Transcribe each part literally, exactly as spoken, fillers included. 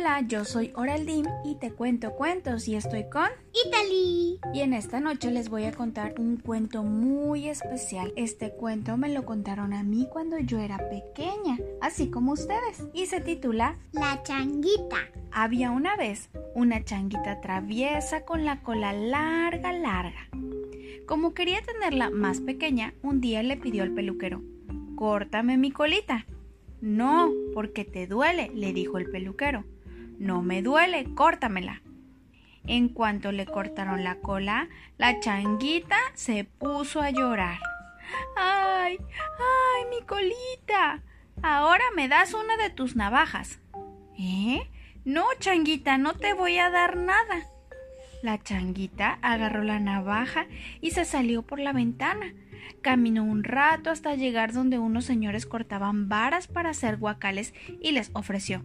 Hola, yo soy Oraldim y te cuento cuentos y estoy con Italy. Y en esta noche les voy a contar un cuento muy especial. Este cuento me lo contaron a mí cuando yo era pequeña, así como ustedes, y se titula La changuita. Había una vez una changuita traviesa con la cola larga, larga. Como quería tenerla más pequeña, un día le pidió al peluquero: «Córtame mi colita». «No, porque te duele», le dijo el peluquero. «No me duele, córtamela». En cuanto le cortaron la cola, la changuita se puso a llorar. «¡Ay, ay, mi colita! Ahora me das una de tus navajas». «¿Eh? No, changuita, no te voy a dar nada». La changuita agarró la navaja y se salió por la ventana. Caminó un rato hasta llegar donde unos señores cortaban varas para hacer guacales y les ofreció: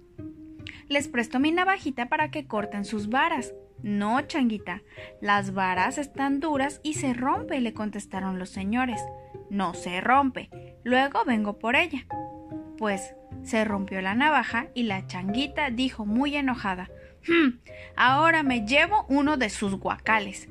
«Les presto mi navajita para que corten sus varas». «No, changuita, las varas están duras y se rompe», le contestaron los señores. «No se rompe, luego vengo por ella». Pues se rompió la navaja y la changuita dijo muy enojada: «Hm, ahora me llevo uno de sus guacales».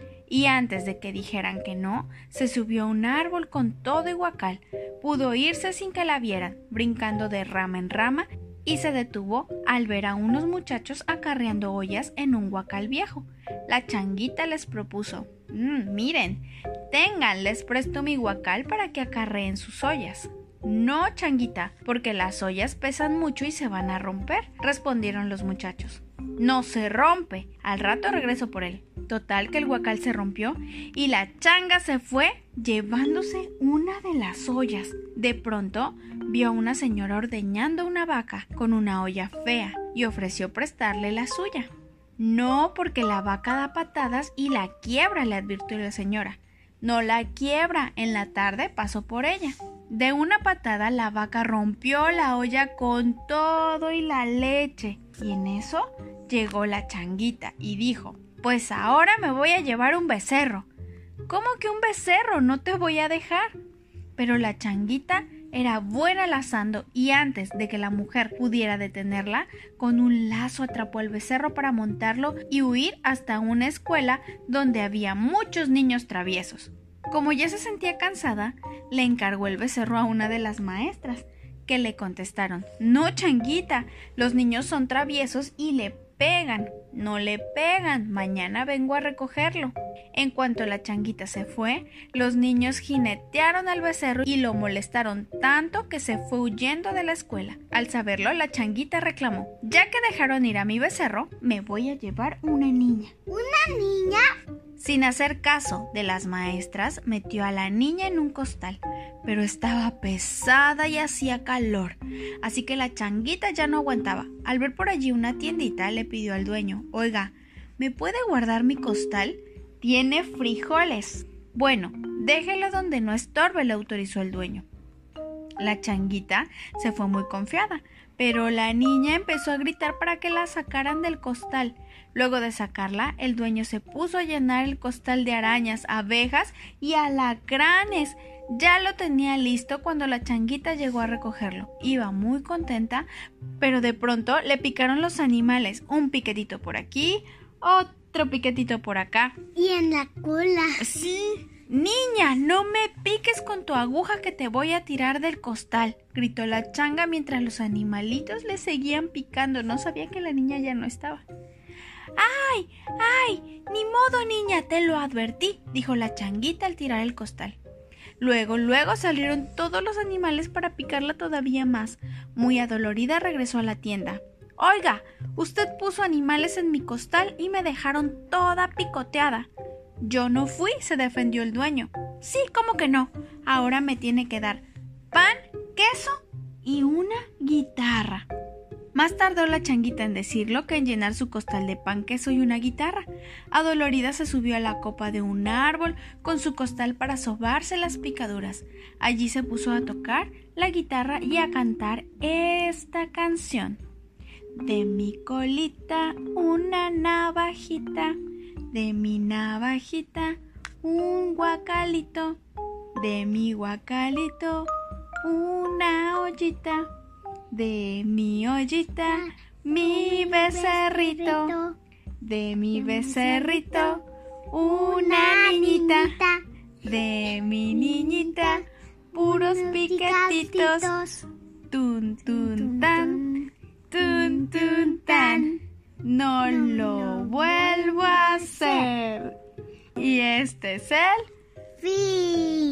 Y antes de que dijeran que no, se subió a un árbol con todo y guacal. Pudo irse sin que la vieran, brincando de rama en rama, y se detuvo al ver a unos muchachos acarreando ollas en un guacal viejo. La changuita les propuso: «Mmm, miren, tengan, les presto mi guacal para que acarreen sus ollas». «No, changuita, porque las ollas pesan mucho y se van a romper», respondieron los muchachos. «No se rompe, al rato regreso por él». Total que el guacal se rompió y la changa se fue llevándose una de las ollas. De pronto vio a una señora ordeñando una vaca con una olla fea y ofreció prestarle la suya. «No, porque la vaca da patadas y la quiebra», le advirtió la señora. «No la quiebra, en la tarde paso por ella». De una patada la vaca rompió la olla con todo y la leche. Y en eso llegó la changuita y dijo: «Pues ahora me voy a llevar un becerro». «¿Cómo que un becerro? No te voy a dejar». Pero la changuita era buena lazando y antes de que la mujer pudiera detenerla, con un lazo atrapó al becerro para montarlo y huir hasta una escuela donde había muchos niños traviesos. Como ya se sentía cansada, le encargó el becerro a una de las maestras, que le contestaron: «No, changuita, los niños son traviesos y le pegan». «No le pegan, mañana vengo a recogerlo». En cuanto la changuita se fue, los niños jinetearon al becerro y lo molestaron tanto que se fue huyendo de la escuela. Al saberlo, la changuita reclamó: «Ya que dejaron ir a mi becerro, me voy a llevar una niña». ¿Una niña? Sin hacer caso de las maestras, metió a la niña en un costal, pero estaba pesada y hacía calor, así que la changuita ya no aguantaba. Al ver por allí una tiendita, le pidió al dueño: «Oiga, ¿me puede guardar mi costal? Tiene frijoles». «Bueno, déjelo donde no estorbe», le autorizó el dueño. La changuita se fue muy confiada, pero la niña empezó a gritar para que la sacaran del costal. Luego de sacarla, el dueño se puso a llenar el costal de arañas, abejas y alacranes. Ya lo tenía listo cuando la changuita llegó a recogerlo. Iba muy contenta, pero de pronto le picaron los animales. Un piquetito por aquí, otro piquetito por acá. ¿Y en la cola? Sí. «Niña, no me piques con tu aguja que te voy a tirar del costal», gritó la changa mientras los animalitos le seguían picando. No sabía que la niña ya no estaba. «¡Ay, ay! Ni modo, niña, te lo advertí», dijo la changuita al tirar el costal. Luego, luego salieron todos los animales para picarla todavía más. Muy adolorida regresó a la tienda. «Oiga, usted puso animales en mi costal y me dejaron toda picoteada». «Yo no fui», se defendió el dueño. «Sí, ¿cómo que no? Ahora me tiene que dar pan, queso y una guitarra». Más tardó la changuita en decirlo que en llenar su costal de pan, queso y una guitarra. Adolorida se subió a la copa de un árbol con su costal para sobarse las picaduras. Allí se puso a tocar la guitarra y a cantar esta canción: «De mi colita una navajita, de mi navajita un guacalito, de mi guacalito una ollita, de mi ollita mi becerrito, de mi becerrito, una niñita, de mi niñita, puros piquetitos, tun, tun, tan, tun, tun, tan, no lo vuelvo a hacer. Y este es el Fin.